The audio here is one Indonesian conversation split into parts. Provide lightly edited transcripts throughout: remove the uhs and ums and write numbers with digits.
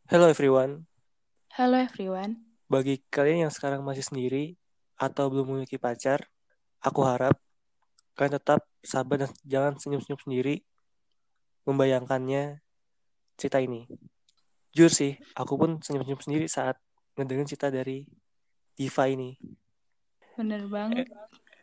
Hello everyone, Hello everyone. bagi kalian yang sekarang masih sendiri atau belum memiliki pacar, aku harap kalian tetap sabar dan jangan senyum-senyum sendiri membayangkannya cerita ini. Jujur sih, aku pun senyum-senyum sendiri saat ngedengerin cerita dari Diva ini. Bener Eh, banget.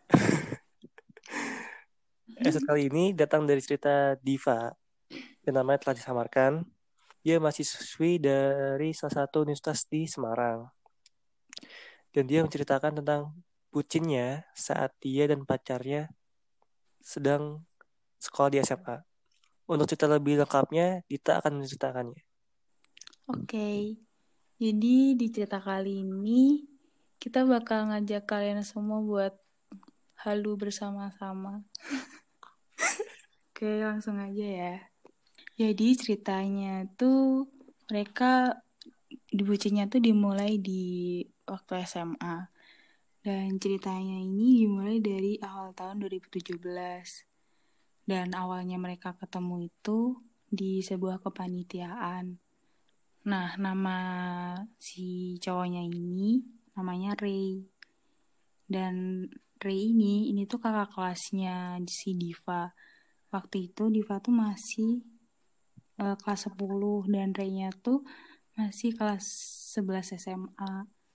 Episode kali ini datang dari cerita Diva yang namanya telah disamarkan. Dia mahasiswi dari salah satu universitas di Semarang. Dan dia menceritakan tentang bucinnya saat dia dan pacarnya sedang sekolah di SMA. Untuk cerita lebih lengkapnya, Dita akan menceritakannya. Oke, jadi di cerita kali ini kita bakal ngajak kalian semua buat halu bersama-sama. Oke, langsung aja ya. Jadi ceritanya tuh mereka dibucinya tuh dimulai di waktu SMA. Dan ceritanya ini dimulai dari awal tahun 2017. Dan awalnya mereka ketemu itu di sebuah kepanitiaan. Nah, nama si cowoknya ini namanya Ray. Dan Ray ini tuh kakak kelasnya si Diva. Waktu itu Diva tuh masih kelas 10 dan Ray-nya tuh masih kelas 11 SMA.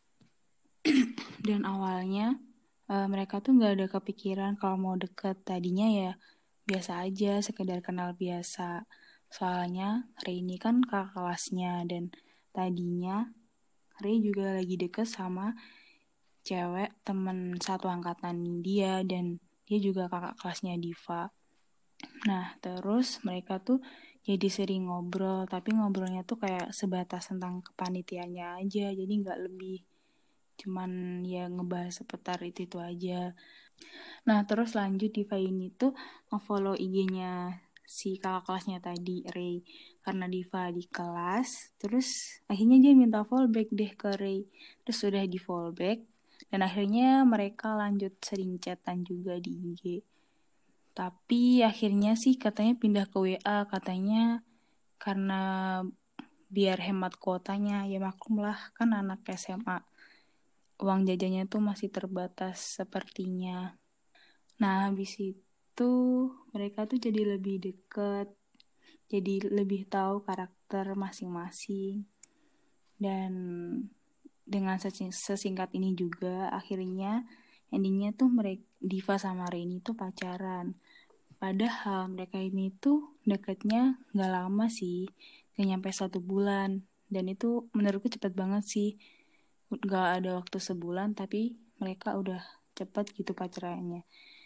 Dan awalnya mereka tuh nggak ada kepikiran kalau mau deket. Tadinya ya biasa aja, sekedar kenal biasa. Soalnya Ray ini kan kakak kelasnya dan tadinya Ray juga lagi deket sama cewek temen satu angkatan dia dan dia juga kakak kelasnya Diva. Nah, terus mereka tuh jadi sering ngobrol, tapi ngobrolnya tuh kayak sebatas tentang kepanitiaannya aja, jadi nggak lebih. Cuman ya ngebahas seputar itu aja. Nah, terus lanjut Diva ini tuh nge-follow IG-nya si kakak kelasnya tadi, Ray. Karena Diva di kelas, terus akhirnya dia minta fallback deh ke Ray. Terus sudah di fallback, dan akhirnya mereka lanjut sering chatan juga di IG. Tapi akhirnya sih katanya pindah ke WA, katanya karena biar hemat kuotanya. Ya maklum lah, kan anak SMA. Uang jajannya tuh masih terbatas sepertinya. Nah, habis itu mereka tuh jadi lebih deket, jadi lebih tahu karakter masing-masing. Dan dengan sesingkat ini juga akhirnya endingnya tuh mereka Diva sama Reni tuh pacaran. Padahal mereka ini tuh deketnya gak lama sih, gak nyampe 1 bulan. Dan itu menurutku cepet banget sih, gak ada waktu sebulan tapi mereka udah cepet gitu pacarannya.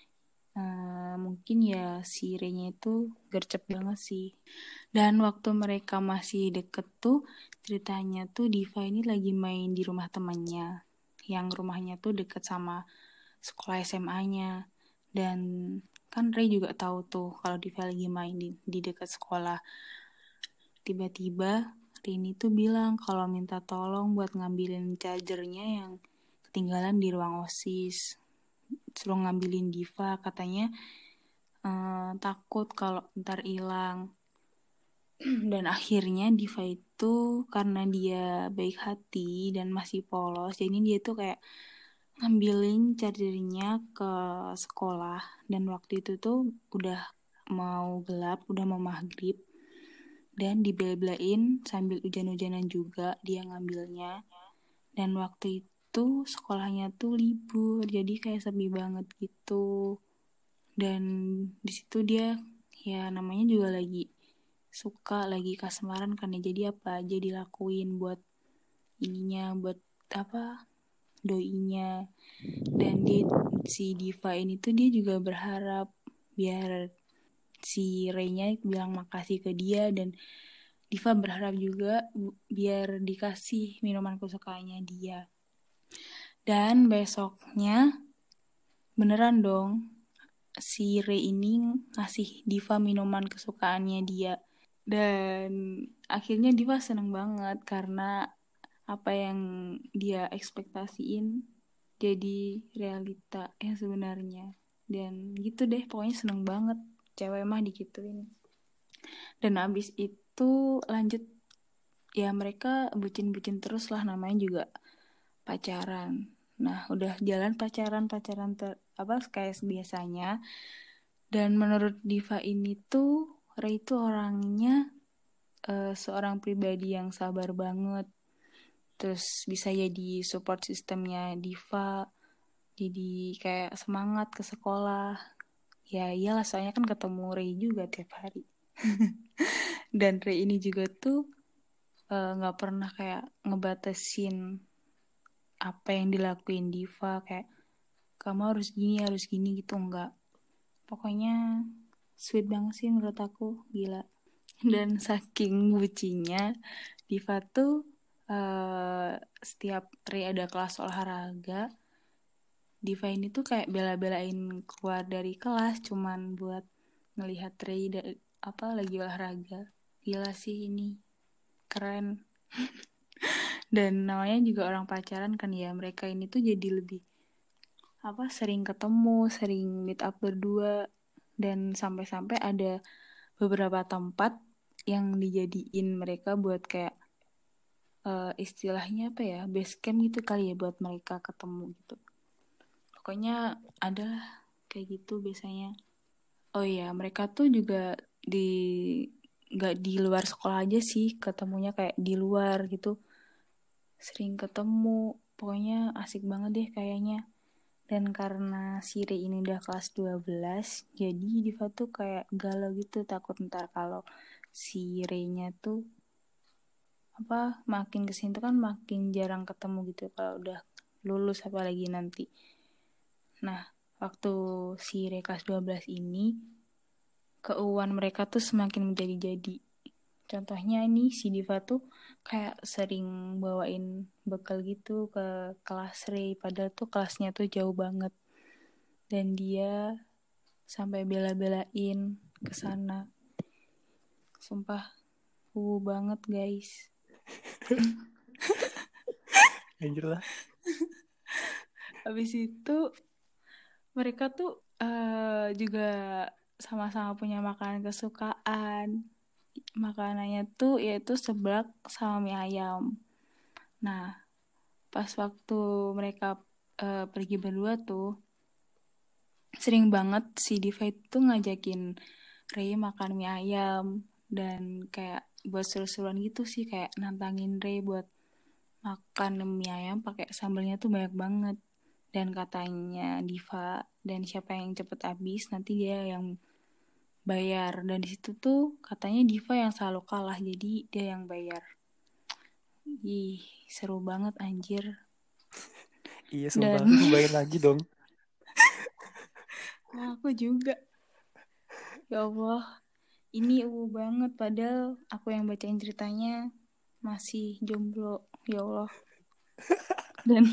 Mungkin ya si Renya itu gercep banget sih. Dan waktu mereka masih deket tuh ceritanya tuh Diva ini lagi main di rumah temannya yang rumahnya tuh deket sama sekolah SMA-nya. Dan kan Ray juga tahu tuh kalau Diva lagi main di dekat sekolah. Tiba-tiba Rini tuh bilang kalau minta tolong buat ngambilin chargernya yang ketinggalan di ruang OSIS. Suruh ngambilin Diva, katanya takut kalau ntar hilang. Dan akhirnya Diva itu karena dia baik hati dan masih polos, jadi dia tuh kayak ngambilin chargernya ke sekolah. Dan waktu itu tuh udah mau gelap, udah mau maghrib, dan dibel-belain sambil hujan-hujanan juga dia ngambilnya. Dan waktu itu sekolahnya tuh libur, jadi kayak sepi banget gitu. Dan di situ dia ya namanya juga lagi suka, lagi kasmaran kan ya, jadi apa aja dilakuin buat ininya, buat apa, doinya. Dan dia, si Diva ini tuh dia juga berharap biar si Reynya bilang makasih ke dia, dan Diva berharap juga biar dikasih minuman kesukaannya dia. Dan besoknya beneran dong si Rey ini ngasih Diva minuman kesukaannya dia. Dan akhirnya Diva seneng banget karena apa yang dia ekspektasiin jadi realita yang sebenarnya. Dan gitu deh, pokoknya seneng banget, cewek mah digituin. Dan abis itu lanjut ya mereka bucin-bucin terus lah, namanya juga pacaran. Nah, udah jalan pacaran kayak biasanya. Dan menurut Diva ini tuh Ray itu orangnya seorang pribadi yang sabar banget. Terus bisa jadi support sistemnya Diva. Jadi kayak semangat ke sekolah. Ya iyalah, soalnya kan ketemu Ray juga tiap hari. Dan Ray ini juga tuh nggak pernah kayak ngebatasin apa yang dilakuin Diva, kayak kamu harus gini gitu, enggak. Pokoknya sweet banget sih menurut aku, gila. Dan saking bucinya, Diva tuh setiap Ray ada kelas olahraga, Diva ini tuh kayak bela-belain keluar dari kelas cuman buat ngelihat Ray lagi olahraga. Gila sih ini, keren. Dan namanya juga orang pacaran kan ya, mereka ini tuh jadi lebih sering ketemu, sering meet up berdua, dan sampai-sampai ada beberapa tempat yang dijadiin mereka buat kayak istilahnya base camp gitu kali ya, buat mereka ketemu gitu. Pokoknya adalah kayak gitu biasanya. Oh iya, mereka tuh juga nggak di luar sekolah aja sih ketemunya, kayak di luar gitu sering ketemu. Pokoknya asik banget deh kayaknya. Dan karena si Ray ini udah kelas 12, jadi Diva tuh kayak galau gitu, takut ntar kalau si Ray-nya tuh makin kesini tuh kan makin jarang ketemu gitu kalau udah lulus apalagi nanti. Nah, waktu si Ray kelas 12 ini, keuangan mereka tuh semakin menjadi-jadi. Contohnya ini si Diva tuh kayak sering bawain bekal gitu ke kelas Ray, padahal tuh kelasnya tuh jauh banget. Dan dia sampai bela-belain ke sana. Sumpah, banget guys. Anjir lah. Habis itu mereka tuh juga sama-sama punya makanan kesukaan. Makanannya tuh yaitu seblak sama mie ayam. Nah, pas waktu mereka pergi berdua tuh, sering banget si Diva itu ngajakin Ray makan mie ayam. Dan kayak buat seru-seruan gitu sih, kayak nantangin Ray buat makan mie ayam pakai sambalnya tuh banyak banget. Dan katanya Diva, dan siapa yang cepet habis nanti dia yang bayar. Dan di situ tuh katanya Diva yang selalu kalah, jadi dia yang bayar. Ih, seru banget anjir. Iya sumpah, Dan aku bayangin lagi dong. wah, aku juga. Ya Allah, ini banget padahal aku yang bacain ceritanya masih jomblo. Ya Allah. Dan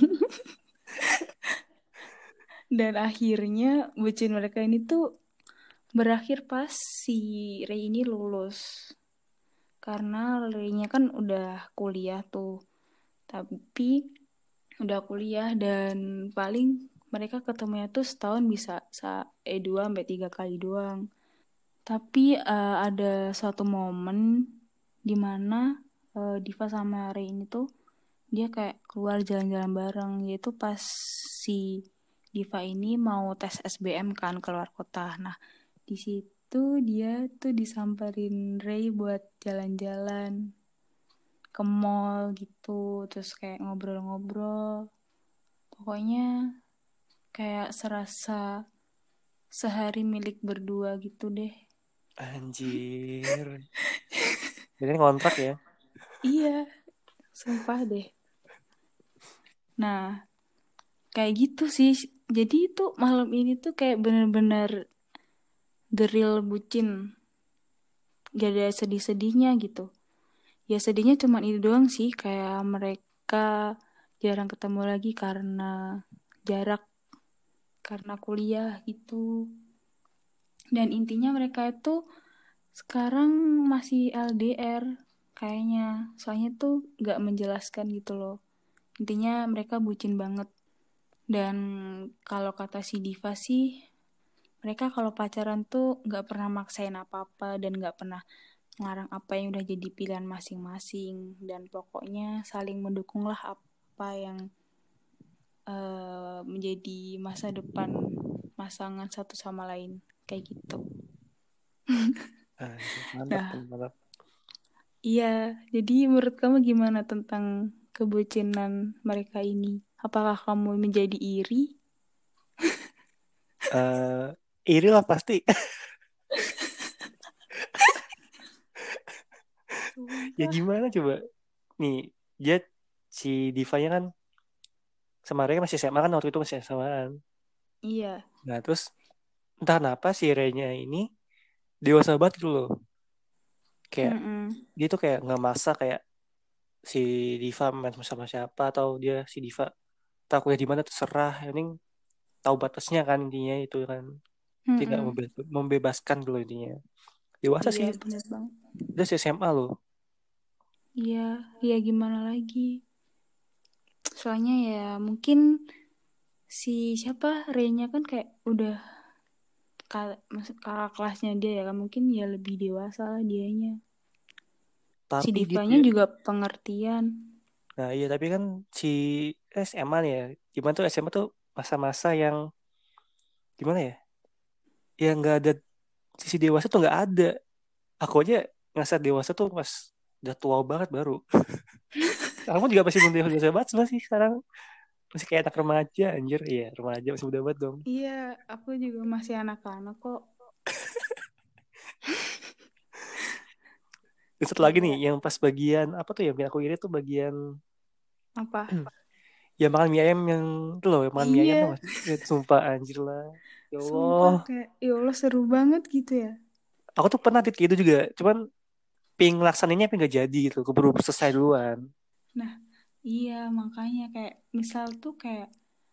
dan akhirnya bucin mereka ini tuh berakhir pas si Ray ini lulus. Karena Ray-nya kan udah kuliah tuh. Tapi udah kuliah dan paling mereka ketemunya tuh setahun bisa 2 sampai 3 kali doang. Tapi ada suatu momen di mana Diva sama Ray ini tuh dia kayak keluar jalan-jalan bareng, yaitu pas si Diva ini mau tes SBM kan keluar kota. Nah, di situ dia tuh disamperin Ray buat jalan-jalan ke mall gitu, terus kayak ngobrol-ngobrol. Pokoknya kayak serasa sehari milik berdua gitu deh. Anjir. Jadi ngontrak ya. Iya, sumpah deh. Nah, kayak gitu sih. Jadi itu malam ini tuh kayak bener-bener the real bucin. Gak ada sedih-sedihnya gitu. Ya sedihnya cuma itu doang sih. Kayak mereka jarang ketemu lagi karena jarak. Karena kuliah gitu. Dan intinya mereka itu sekarang masih LDR kayaknya. Soalnya tuh gak menjelaskan gitu loh. Intinya mereka bucin banget. Dan kalau kata si Diva sih, mereka kalau pacaran tuh gak pernah maksain apa-apa dan gak pernah ngarang apa yang udah jadi pilihan masing-masing, dan pokoknya saling mendukunglah apa yang menjadi masa depan pasangan satu sama lain kayak gitu. Anjir, mantap Nah, tuh, mantap. iya, jadi menurut kamu gimana tentang kebucinan mereka ini? Apakah kamu menjadi iri? Eh, iri lah pasti. Ya Sumpah. gimana coba? Nih, dia si Diva-nya kan sama Ray masih SMA kan waktu itu masih SMAan. Iya. Nah, terus entah kenapa si Ray-nya ini dewasa banget gitu loh. Kayak Mm-mm. dia tuh kayak nggak masa kayak si Diva main sama siapa atau dia si Diva tak kuliah di mana terserah. Yang penting tahu batasnya kan intinya itu kan. Tidak Mm-mm. membebaskan dulu intinya. Dewasa Iya, sih, bener banget. udah si SMA loh. Iya, iya gimana lagi? Soalnya ya mungkin si siapa Renya kan kayak udah masuk kakak kelasnya dia ya kan, mungkin ya lebih dewasa lah dianya. Si Tapi dia tuh Divanya ya, juga pengertian. nah iya tapi kan si SMA nih ya, gimana tuh SMA tuh masa-masa yang gimana ya, yang nggak ada sisi dewasa tuh nggak ada. Aku aja ngerasa dewasa tuh pas udah tua banget baru. Kamu juga masih belum dewasa banget masih sekarang, masih kayak anak remaja anjir. Iya remaja masih muda banget dong. Iya, aku juga masih anak-anak kok. Dan satu lagi nih Kayak yang pas bagian apa tuh yang bikin aku iri tuh bagian apa? ya makan mie ayam yang itu loh, yang makan mie ayam tuh Iya, masih sumpah anjir lah. Ya Allah, sumpah kayak ya Allah seru banget gitu ya. aku tuh pernah titik itu juga, cuman ping laksananya tapi nggak jadi gitu, keburu selesai duluan. Nah, iya makanya kayak misal tuh kayak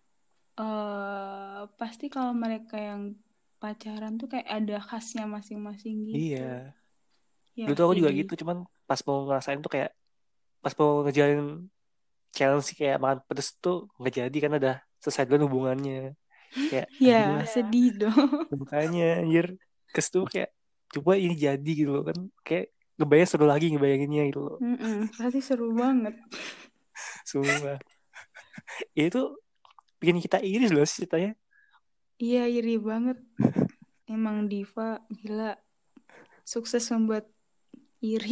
pasti kalau mereka yang pacaran tuh kayak ada khasnya masing-masing gitu. Iya, dulu Ya, tuh aku juga jadi gitu, cuman pas mau ngerasain tuh kayak pas mau ngejalin challenge sih kayak makan pedes tuh nggak jadi karena udah selesai duluan hubungannya. Kayak anjir ya lah, sedih dong. makanya anjir kes tuh kayak coba ini jadi gitu loh kan, kayak ngebayang seru lagi ngebayanginnya gitu loh. Pasti seru banget. Semua itu bikin kita iri loh sih ceritanya. Iya, iri banget. Emang Diva gila, sukses membuat iri.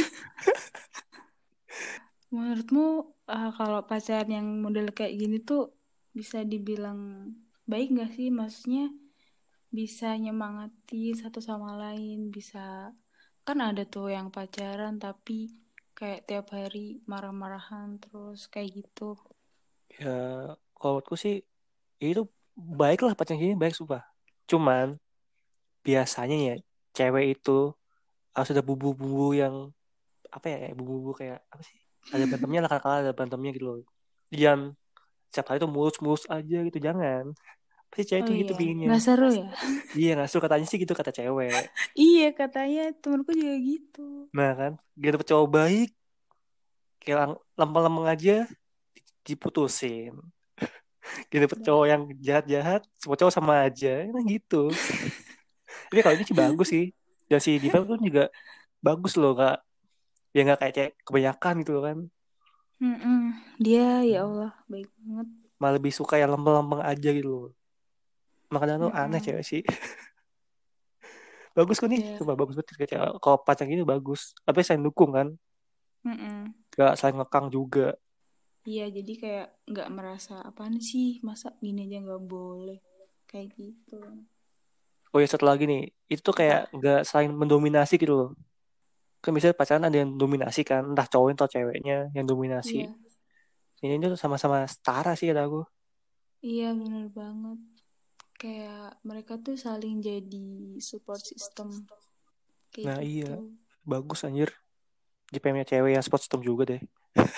Menurutmu kalau pacaran yang model kayak gini tuh bisa dibilang baik gak sih? Maksudnya bisa nyemangati satu sama lain, bisa kan ada tuh yang pacaran tapi kayak tiap hari marah-marahan terus kayak gitu. Ya kalau menurutku sih ya itu baik lah, pacaran gini baik sumpah. Cuman biasanya ya cewek itu harus ada bumbu-bumbu yang apa ya, bumbu-bumbu kayak apa sih, ada berantemnya lah, kakak ada berantemnya gitu loh. Jangan setiap hari tuh mulus-mulus aja gitu, jangan. Pasti cewek Oh tuh gitu iya, pinginnya. nggak seru ya? Iya nggak suka, katanya sih gitu kata cewek. Iya, katanya temenku juga gitu. Nah kan gak dapet cowok baik kayak lempeng-lempeng aja diputusin. Gak dapet cowok Das. yang jahat-jahat, semua cowok sama aja, nah gitu. Tapi kalau ini sih bagus sih, dan si Diva pun juga bagus loh kak, ya nggak kayak cewek kebanyakan gitu kan. Mm-mm. Dia ya Allah baik banget. Malah lebih suka yang lempeng-lempeng aja gitu loh. Makanya tuh aneh Mm-mm. cewek sih. Bagus kok nih, Ya. coba bagus banget kayak cewek. Kalau pacar gini bagus. Tapi saya dukung kan, Mm-mm. gak saling ngekang juga. Iya, jadi kayak nggak merasa apaan sih, masa gini aja nggak boleh kayak gitu. Oh ya satu lagi nih, itu tuh kayak Apa? nggak saling mendominasi gitu loh. Kan misalnya pacaran ada yang dominasi kan, entah cowoknya atau ceweknya yang dominasi. Iya, Ini tuh sama-sama setara sih kata aku. iya bener banget. Kayak mereka tuh saling jadi support system kayak Nah iya, gitu. bagus anjir. JPM-nya cewek yang sport system juga deh.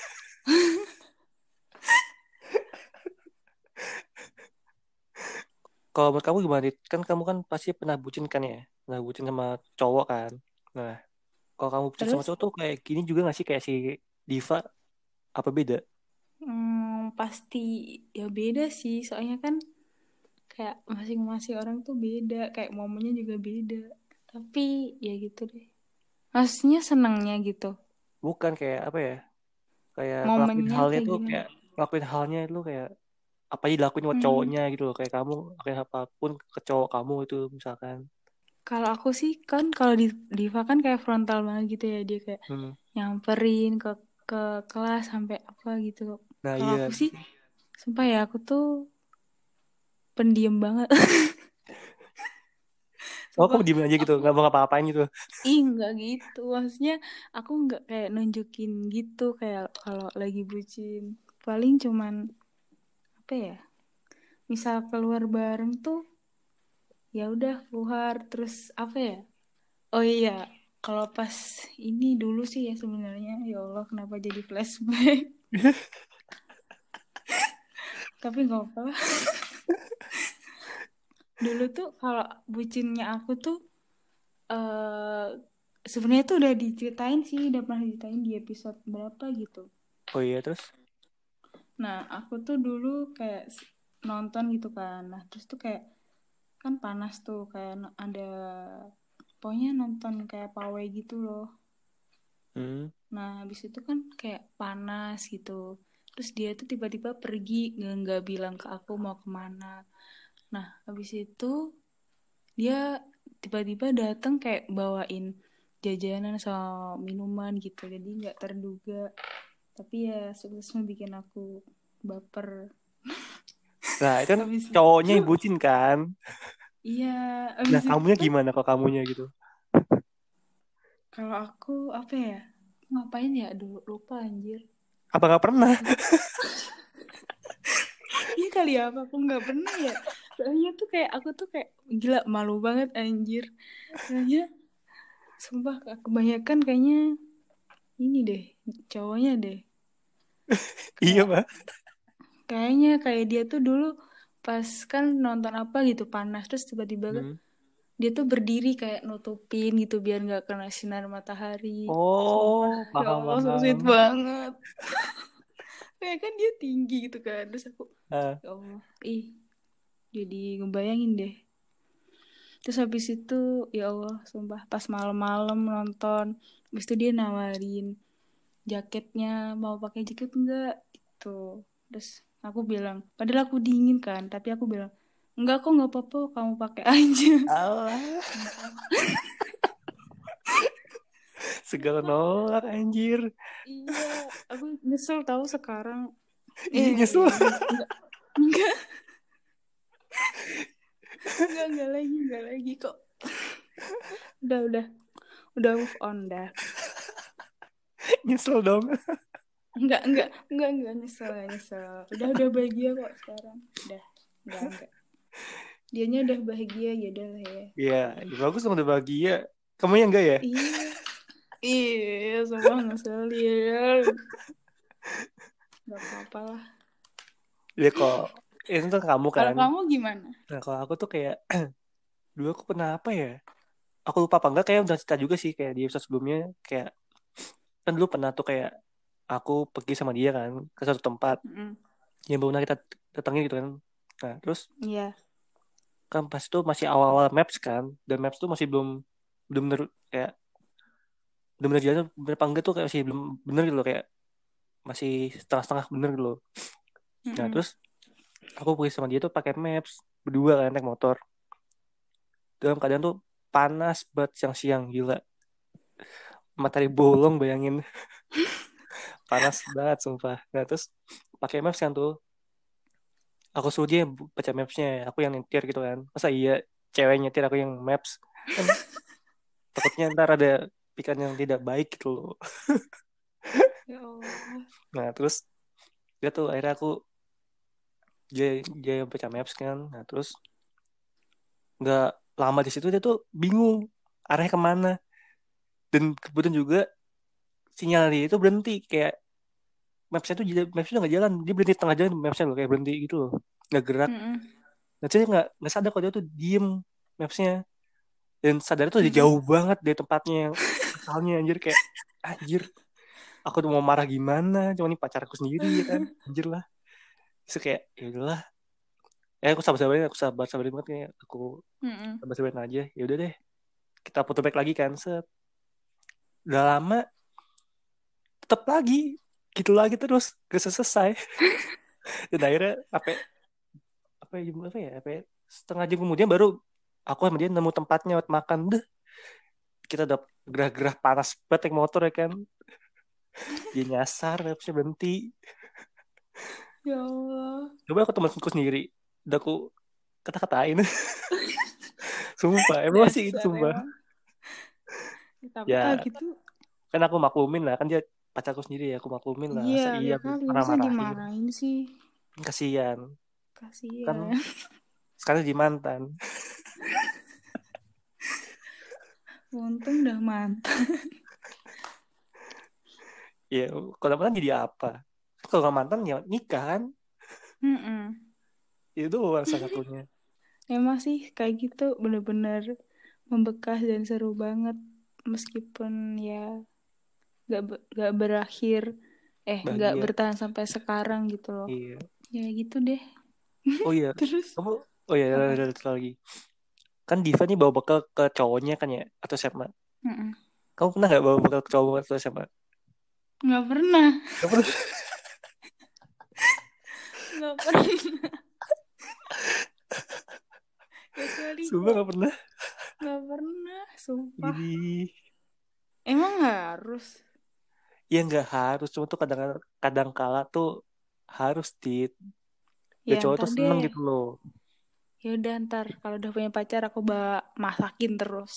Kalau menurut kamu gimana, Dit? Kan kamu kan pasti pernah bucin kan ya? Pernah bucin sama cowok kan? Nah, kalau kamu bucin sama Terus cowok tuh kayak gini juga gak sih? Kayak si Diva, apa beda? pasti ya beda sih, soalnya kan kayak masing-masing orang tuh beda, kayak momennya juga beda. Tapi ya gitu deh. Maksudnya senangnya gitu. Bukan kayak apa ya? Kayak ngelakuin Momennya halnya kayak tuh gimana? kayak ngelakuin halnya itu kayak apa aja dilakuin buat Hmm, cowoknya gitu loh. Kayak kamu kayak apapun ke cowok kamu itu misalkan. kalau aku sih kan kalau di Diva kan kayak frontal banget gitu ya, dia kayak Hmm. nyamperin ke kelas sampai apa gitu. Nah Kalau iya. aku sih sumpah ya aku tuh pendiam banget. Oh kamu Sumpah diem aja gitu, aku nggak mau ngapa-ngapain gitu. nggak gitu. Maksudnya aku nggak kayak nunjukin gitu kayak kalau lagi bucin. Paling cuman apa ya? Misal keluar bareng tuh ya udah keluar terus apa ya? Oh iya, kalau pas ini dulu sih ya sebenarnya ya Allah kenapa jadi flashback? Tapi nggak apa. Dulu tuh kalau bucinnya aku tuh eh sebenarnya tuh udah diceritain sih, udah pernah diceritain di episode berapa gitu. Oh iya terus. Nah, aku tuh dulu kayak nonton gitu kan. Nah, terus tuh kayak kan panas tuh kayak ada pokoknya nonton kayak pawai gitu loh. Hmm. Nah, habis itu kan kayak panas gitu. Terus dia tuh tiba-tiba pergi nggak bilang ke aku mau kemana. Nah, habis itu dia tiba-tiba datang kayak bawain jajanan sama minuman gitu. Jadi nggak terduga. Tapi ya sukses bikin aku baper. Nah itu kan Habis cowoknya itu yang bucin kan. iya, Nah habis itu kamunya kan gimana kalau kamunya gitu? kalau aku apa ya? Ngapain ya? Dulu lupa anjir. Apa nggak pernah? Iya kali ya, apa aku nggak pernah ya? Soalnya tuh kayak aku tuh kayak gila malu banget anjir. Soalnya sumpah kebanyakan kayaknya ini deh cowoknya deh. Iya Kayak mah. kayaknya kayak dia tuh dulu pas kan nonton apa gitu panas terus tiba-tiba Hmm. dia tuh berdiri kayak nutupin gitu biar nggak kena sinar matahari. Sumpah, Oh ya paham Allah so sweet paham. banget. Kayak kan dia tinggi gitu kan. Terus aku, Ah, ya Allah, ih jadi ngebayangin deh. Terus habis itu ya Allah sumpah pas malam-malam nonton habis itu dia nawarin jaketnya mau pakai jaket enggak gitu. Terus aku bilang padahal aku dingin kan tapi aku bilang enggak kok nggak apa-apa kamu pakai aja. Allah, Sumpah. segala Sumpah. nolak anjir. Iya aku nyesel tahu sekarang Iya ya nyesel. enggak enggak enggak lagi kok. Udah move on dah. Nyesel dong. Enggak nyesel, nyesel. Udah bahagia kok sekarang. Udah, enggak. Dianya udah bahagia, ya udah lah ya. Iya, ya bagus dong udah bahagia. Kamu yang enggak ya? Iya, iya, sumpah ngeselin. Gak apa-apa lah. Ya kok itu tuh kamu Kalau kan. kamu gimana? Nah kalau aku tuh kayak dulu aku pernah apa ya? Aku lupa apa enggak kayak udah cerita juga sih kayak di episode sebelumnya kayak kan dulu pernah tuh kayak aku pergi sama dia kan ke satu tempat Mm-mm. yang belum pernah kita datangin gitu kan. Nah terus Iya. kan pas itu masih awal-awal Maps kan dan Maps tuh masih belum belum bener kayak belum bener jalan bener apa enggak tuh kayak masih belum bener gitu loh kayak masih setengah-setengah bener gitu loh. Nah Mm-mm. terus aku pergi sama dia tuh pakai Maps berdua kan naik motor dalam keadaan tuh panas banget siang-siang gila matahari bolong bayangin panas banget sumpah. Nah terus pakai Maps kan tuh aku suruh dia baca Mapsnya aku yang nyetir gitu kan masa iya cewek nyetir aku yang Maps kan takutnya ntar ada pikiran yang tidak baik gitu loh. Ya Allah. Nah terus dia tuh akhirnya aku dia yang baca Maps kan nah terus nggak lama di situ dia tuh bingung arahnya kemana dan kebetulan juga sinyal dia itu berhenti kayak Mapsnya tuh Mapsnya nggak jalan dia berhenti tengah jalan Mapsnya loh kayak berhenti gitu loh nggak gerak. Mm-mm. Nah saya nggak sadar kalau dia tuh diem Mapsnya dan sadar tuh dia Mm-mm. jauh banget dari tempatnya yang asalnya anjir kayak anjir aku tuh mau marah gimana cuma ini pacarku sendiri ya kan anjir lah terus kayak ya udahlah aku sabar sabarin banget kayak aku Mm-mm. sabar sabarin aja ya udah deh kita foto back lagi kan set udah lama tetap lagi gitu lagi terus gak selesai. Dan akhirnya apa ya, setengah jam kemudian baru aku sama dia nemu tempatnya buat makan. Deh, kita udah gerah-gerah panas banget naik motor ya kan. Dia nyasar, gak bisa berhenti. Ya Allah. Coba aku temanku sendiri, udah aku kata-katain. Sumpah, emang masih itu Dasar sumpah. emang. Ya, tapi kalau Ya, gitu, kan aku maklumin lah, kan dia pacarku sendiri ya, aku maklumin lah. iya Masa iya ya aku kali masa marah-marahin, dimarahin sih. kasihan. Kan Kasihan. sekarang jadi mantan. Untung udah mantap. Ya, kalau mantan jadi apa? Kalau nggak mantan ya nikah kan? Mm-mm. Itu doang salah satunya. Emang sih kayak gitu bener-bener membekas dan seru banget meskipun ya gak berakhir gak Bahagia. bertahan sampai sekarang gitu loh. Iya. Ya gitu deh. Oh iya, Terus kamu, oh iya, apa? ada satu lagi. Kan Diva nih bawa bekal ke cowoknya kan ya, atau siapa? Mm-mm. Kamu pernah nggak bawa bekal ke cowok atau siapa? Nggak pernah. Gak pernah. Nggak pernah. Kecuali Sumpah kok gak pernah. nggak pernah, sumpah. Gini. Emang harus? Ya nggak harus, cuma tuh kadang kadang kala tuh harus biar Ya cowok ntar tuh seneng deh. gitu loh. Ya udah ntar kalau udah punya pacar aku masakin terus.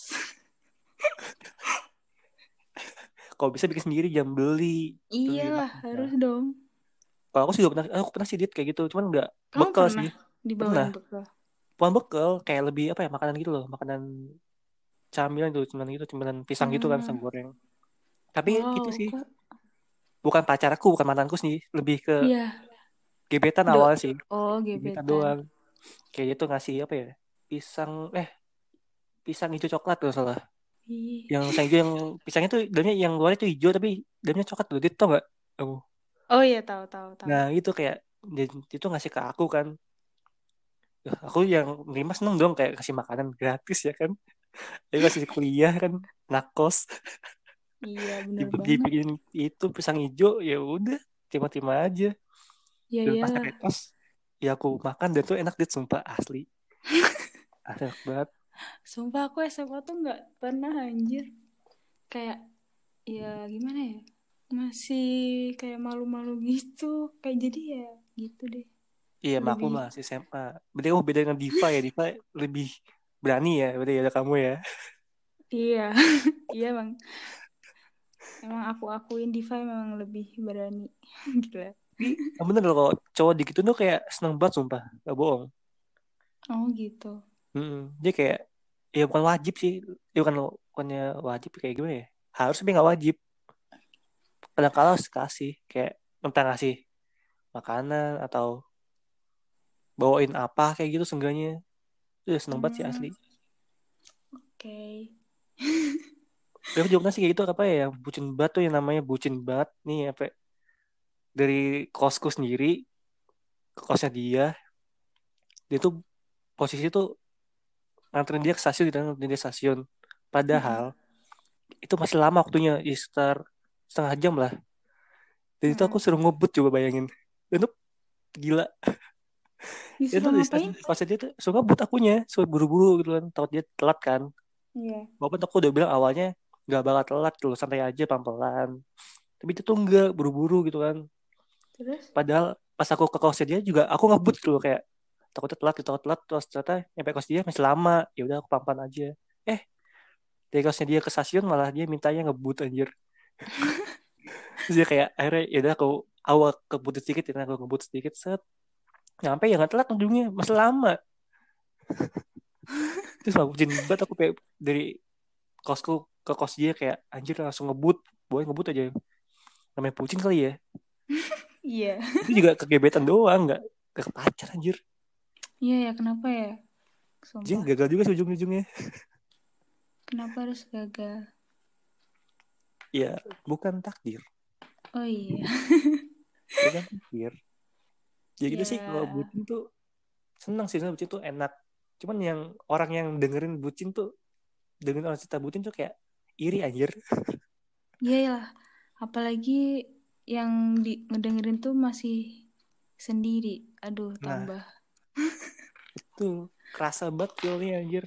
Kalau bisa bikin sendiri, jangan beli. Itu lebih enak Iyalah bisa. harus dong. Kalau aku juga pernah, aku pernah sih diet kayak gitu, cuman nggak Kamu bekal pernah sih. Pernah. dibawain bekal? Bukan bekal, kayak lebih apa ya, makanan gitu loh, makanan camilan itu, cuman pisang gitu kan, pisang Hmm. goreng. Tapi itu Wow, sih, kok? bukan pacarku, bukan mantanku sih, lebih ke Iya, gebetan do. awal sih. Oh, Gebetan gebetan. doang. Kayak gitu ngasih apa ya? Pisang pisang hijau coklat kalau salah. Ih. Yang pisang hijau yang pisangnya tuh dalamnya yang luarnya tuh hijau tapi dalamnya coklat tuh. Dia tau nggak? Kamu. Oh iya, tahu tahu tahu. Nah itu kayak dia itu ngasih ke aku kan. Aku yang nerima seneng dong kayak kasih makanan gratis ya kan. Tapi masih kuliah kan nakos Iya, bener banget. dibikin itu pisang hijau ya udah terima-terima aja. Ya Dan pas sampai iyalah. kos ya aku makan dan tuh enak, dia sumpah asli. Enak banget. Sumpah aku SMA tuh nggak pernah anjir. Kayak ya gimana ya? Masih kayak malu-malu gitu. Kayak jadi ya gitu deh. Iya maklum Lebih lah si SMA. Beda dengan Diva ya. Diva lebih berani ya. Berarti ada kamu ya. iya. Iya, Bang. Emang aku akuin Diva memang lebih berani. Gila. Tapi bener loh kalau cowok dikit tuh kayak seneng banget sumpah. Gak bohong. Oh gitu. Dia kayak ya bukan wajib sih. Ya bukannya wajib kayak gimana ya. Harus tapi gak wajib. Kadang-kala harus kasih. Kayak entah ngasih makanan atau bawain apa kayak gitu seenggaknya. Itu seneng banget sih Hmm, asli. oke. Tapi aku juga pernah sih kayak gitu apa ya. Yang bucin banget tuh yang namanya bucin banget. Nih apa ya, dari kosku sendiri ke kosnya dia. Dia tuh posisi tuh nganterin dia ke stasiun gitu, nganterin dia ke stasiun. Mm-mm. Padahal itu masih lama waktunya, ya sekitar setengah jam lah. Dan itu aku Mm-mm. suruh ngebut coba bayangin. Dan itu gila. Itu Disuruh di ngapain? stasiun kosnya dia tuh suruh ngebut akunya, suruh buru-buru gitu kan. Takut dia telat kan. Iya. Walaupun aku udah bilang awalnya gak bakal telat gitu, santai aja pelan-pelan. Tapi itu tuh enggak buru-buru gitu kan. Terus? Padahal pas aku ke kosnya dia juga aku ngebut gitu loh kayak takut telat terus ternyata nyampe kos dia masih lama. Ya udah aku pelan-pelan aja. Eh, dari kosnya dia ke stasiun malah dia mintanya ngebut anjir. Terus dia kayak akhirnya ya udah aku awal kebut sedikit ya aku ngebut sedikit set nyampe ya nggak telat ujungnya masih lama. Terus aku bucin banget aku kayak dari kosku ke kos dia kayak anjir langsung ngebut, boleh ngebut aja, namanya bucin kali ya. Iya. Itu juga kegebetan doang, nggak ke pacar anjir. Iya ya, kenapa ya? Dia Sumpah. gagal juga sih ujung-ujungnya. Kenapa harus gagal? Ya bukan takdir, Oh iya. bukan takdir. Ya gitu sih kalau Ya, bucin tuh senang sih sebenarnya, bucin tuh enak. Cuman yang orang yang dengerin bucin tuh, dengerin orang cerita bucin tuh kayak iri anjir. Iyalah, apalagi yang ngedengerin tuh masih sendiri. Aduh, Nah, tambah tuh kerasa banget feel-nya anjir.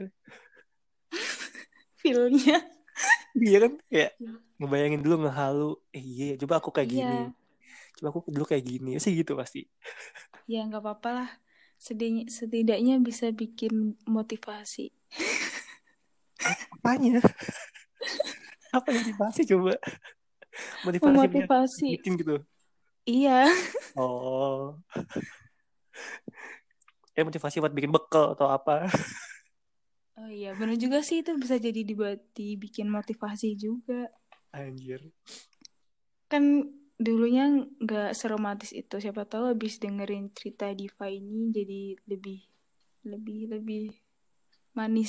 feel-nya. Iya kan kayak ngebayangin dulu ngehalu, iya ya, coba aku kayak gini. Iya, Coba aku dulu kayak gini. Sih gitu pasti. ya nggak apa-apa lah. Setidaknya bisa bikin motivasi. Apanya? Apa yang motivasi coba? Motivasi punya Memotivasi. bikin gitu. Iya. Oh, motivasi buat bikin bekal atau apa? Oh iya, bener juga sih itu bisa jadi dibikin motivasi juga. Anjir. Kan dulunya nggak seromantis itu. Siapa tahu habis dengerin cerita Diva ini jadi lebih lebih manis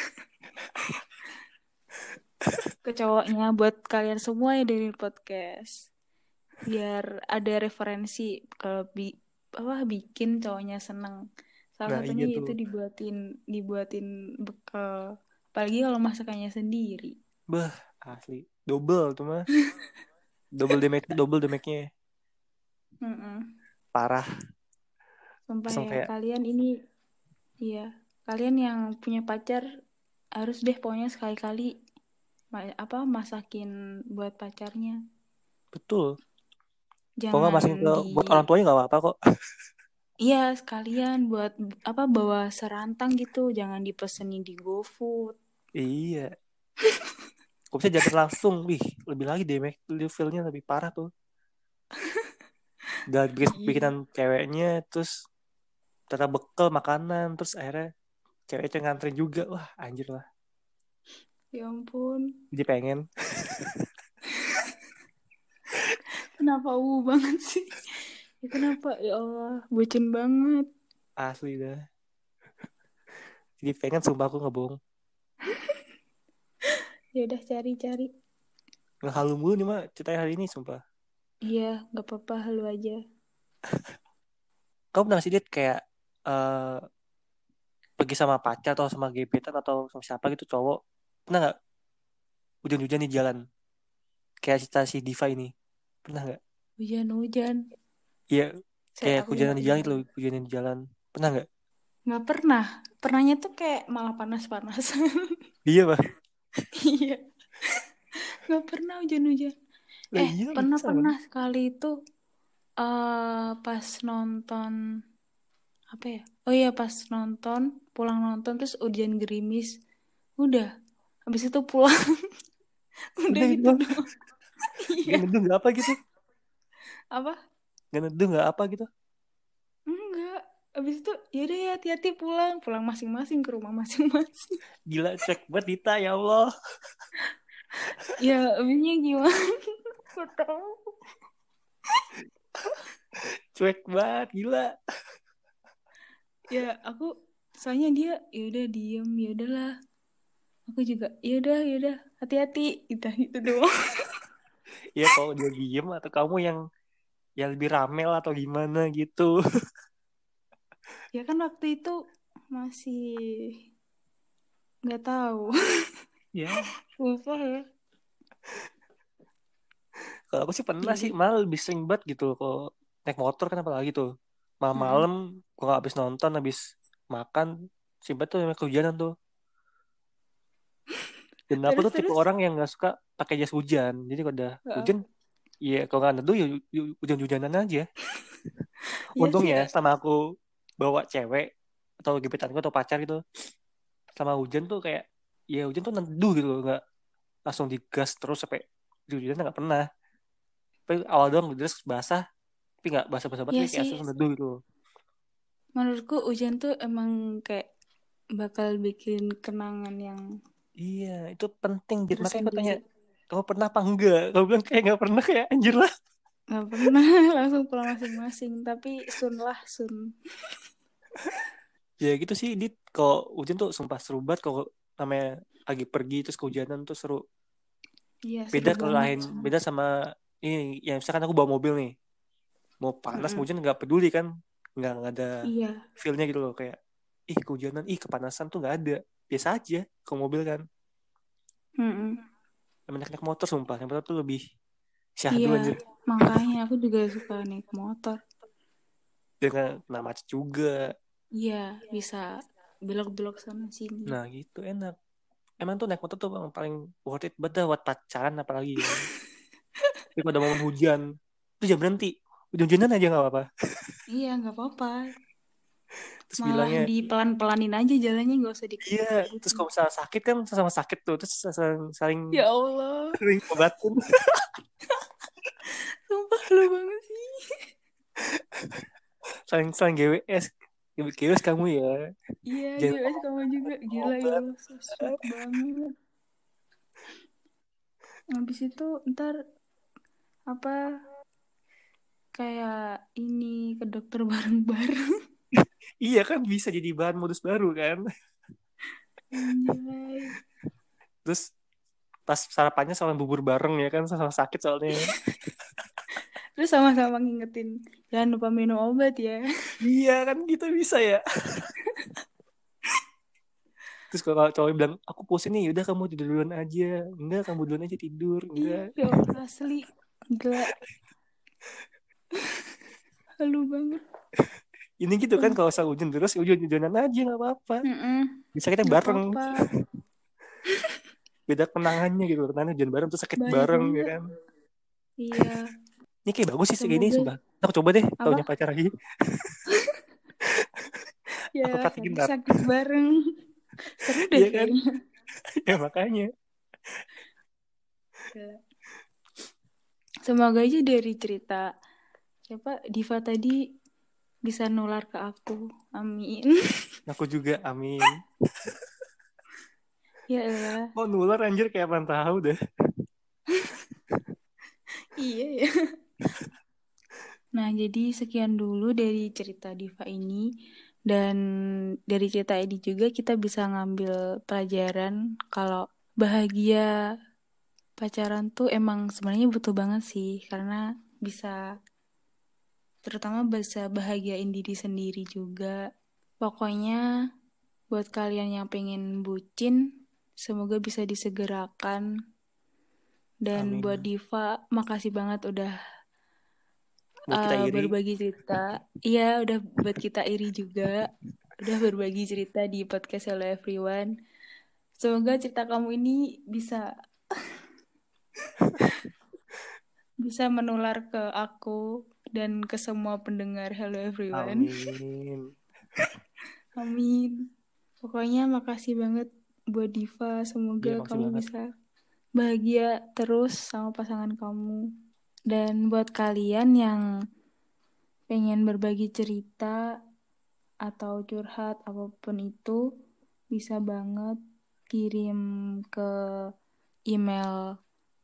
ke cowoknya buat kalian semua yang dari podcast. Biar ada referensi kalau bikin cowoknya seneng. Salah Nah satunya iya tuh. yaitu dibuatin bekal. Apalagi kalau masakannya sendiri. Bah, asli. Double tuh mah. Double damage-nya. Mm-mm. Parah. Sumpah Langsung ya, kayak, kalian ini, iya, kalian yang punya pacar harus deh pokoknya sekali-kali masakin buat pacarnya. betul. Kalau nggak Jangan masukin ke di, buat orang tuanya nggak apa-apa kok. iya sekalian buat bawa serantang gitu, jangan dipesenin di GoFood. Iya. Kok bisa jaket langsung, wih, lebih lagi damage feel-nya lebih parah tuh. Dan Iya, bikinan ceweknya, terus ternyata bekal makanan, terus akhirnya ceweknya ngantri juga. Wah, anjir lah. ya ampun, Jadi pengen. kenapa banget sih? Ya kenapa ya Allah, bucin banget. Asli dah. Jadi pengen sumpah aku ngebohong. Ya udah cari-cari. Ngehalu mulu nih mah ceritanya hari ini sumpah. Iya, nggak apa-apa, halu aja. Kamu pernah sih Dit kayak eh, pergi sama pacar atau sama gebetan atau sama siapa gitu cowok? Pernah nggak hujan-hujan di jalan? Kayak cerita si Diva ini. Pernah nggak? Hujan-hujan. Iya, Saya kayak aku hujanan nggak di jalan ingat. itu loh, hujanan di jalan. Pernah nggak? Nggak pernah. Pernahnya tuh kayak malah panas-panas. Iya, Pak. Iya. Nggak pernah hujan-hujan. Lah iya bisa kan? Pernah sekali itu pas nonton apa ya? Oh iya pas nonton, pulang nonton terus hujan gerimis. Udah. Habis itu pulang. Udah Udah gitu gitu doang. doang. Gak Iya. neduh nggak apa gitu? Apa? Gak neduh nggak apa gitu? Enggak. Habis itu yaudah ya hati-hati pulang. Pulang masing-masing ke rumah masing-masing. Gila cek banget Dita ya Allah. Ya abisnya gimana? Gak tahu. Cuek banget gila. Ya aku soalnya dia ya udah diem ya udahlah aku juga ya udah hati-hati gitu gitu doang. Ya kalau dia diem atau kamu yang lebih rame lah atau gimana gitu. Ya kan waktu itu masih nggak tahu. Ya, Lupa ya. kalau aku sih pernah sih Jadi malah lebih sering banget gitu kalau naik motor kan apalagi tuh. mm-mm. Malam-malam gua habis nonton habis makan simpen tuh yang kehujanan tuh. Dan aku Terus tuh tipe terus orang yang nggak suka pakai jas hujan. Jadi kalau udah Heeh. hujan, iya kalau nggak neduh ya hujan-hujanan aja. Iya sih Untungnya ya. sama aku bawa cewek atau gebetanku atau pacar gitu, sama hujan tuh kayak ya hujan tuh neduh gitu loh, nggak langsung digas terus sampai hujan nggak pernah. Tapi awal doang dress basah, tapi nggak basah-basah banget, Iya tapi kayak sih langsung neduh gitu loh. menurutku hujan tuh emang kayak bakal bikin kenangan yang Iya, itu penting. Jadi makanya aku tanya, tersendiri. kamu pernah apa enggak? Kamu bilang kayak nggak pernah, kayak anjir lah. Nggak pernah. Langsung pulang masing-masing tapi sun lah sun. Ya gitu sih, Dit. Kalau hujan tuh sumpah seru banget kalau namanya lagi pergi terus kehujanan tuh seru. Iya seru Beda kalau banget lain, sumpah. beda sama ini, yang misalkan aku bawa mobil nih, mau panas mau Mm-mm. hujan nggak peduli kan, nggak ada Iya. feelnya gitu loh, kayak ih kehujanan ih kepanasan tuh nggak ada, biasa aja ke mobil kan. Mm-mm. naik motor sumpah. Naik motor tuh lebih syahdu Iya, anjir. makanya aku juga suka naik motor. Dengan kena macet juga. Iya, bisa belok-belok sana sini. Nah gitu enak. Emang tuh naik motor tuh bang, paling worth it banget dah buat pacaran apalagi kan. Tapi pada momen hujan, itu jangan berhenti. Hujan-hujanan aja nggak apa-apa. Iya, nggak apa-apa. Terus Malah bilangnya, dipelan-pelanin aja jalannya, nggak usah iya. Terus dikebut-kebutin. kalau misalnya sakit kan sama sakit tuh. Terus saling, saling, Ya Allah, saling obatin. sumpah lu banget sih. Saling, saling GWS. GWS kamu ya. Iya, Jangan GWS kamu juga. Gila, ya obat. Allah, so sweet banget. Habis itu ntar apa kayak ini ke dokter bareng-bareng. Iya kan bisa jadi bahan modus baru kan. Anjay. Terus pas sarapannya sama bubur bareng ya kan. Sama sakit soalnya. Terus sama-sama ngingetin, jangan lupa minum obat ya. Iya kan gitu bisa ya. Terus kalau cowok bilang, aku pusing nih, udah kamu tidur duluan aja. Enggak, kamu duluan aja tidur. Iya, Enggak. ya Allah, asli. Gila, halu banget. Ini gitu kan kalau usah hujan terus, hujan-hujanan aja nggak apa-apa. Bisa kita Nggak bareng. apa-apa. Beda kenangannya gitu. Kenangan hujan bareng terus sakit Banyak bareng ya banget. kan. Iya. Ini kayak bagus sih segini Semoga sumpah. Aku coba deh kalau punya apa? pacar lagi. Aku Ya, praktikin ntar. sakit-sakit bareng. Seru deh Iya kan? kayaknya. Ya makanya. Ya. Semoga aja dari cerita siapa Diva tadi bisa nular ke aku. Amin. Aku juga, amin. Ya elah. Mau nular anjir kayak apaan tahu deh. Iya ya. Nah, jadi sekian dulu dari cerita Diva ini. Dan dari cerita ini juga kita bisa ngambil pelajaran kalau bahagia pacaran tuh emang sebenarnya butuh banget sih. Karena bisa, terutama bisa bahagiain diri sendiri juga. Pokoknya buat kalian yang pengen bucin, semoga bisa disegerakan. Dan buat Amin. Diva, makasih banget udah Buat kita iri. berbagi cerita. Iya, udah buat kita iri juga. Udah berbagi cerita di podcast Hello Everyone. Semoga cerita kamu ini bisa menular ke aku dan ke semua pendengar Hello Everyone. Amin. Amin. Pokoknya makasih banget buat Diva. Iya Semoga makasih kamu banget. bisa bahagia terus sama pasangan kamu. Dan buat kalian yang pengen berbagi cerita atau curhat apapun itu, bisa banget kirim ke email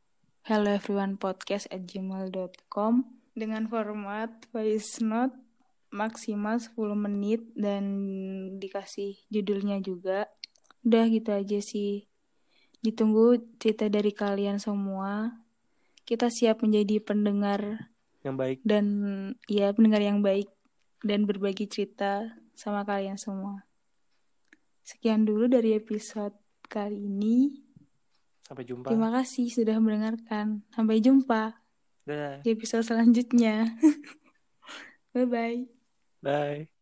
helloeveryonepodcast@gmail.com dengan format voice note maksimal 10 menit dan dikasih judulnya juga. Udah gitu aja sih. Ditunggu cerita dari kalian semua. Kita siap menjadi pendengar Yang baik. dan ya pendengar yang baik dan berbagi cerita sama kalian semua. Sekian dulu dari episode kali ini. Sampai jumpa. Terima kasih sudah mendengarkan. Sampai jumpa Dah. di episode selanjutnya. Bye-bye. Bye.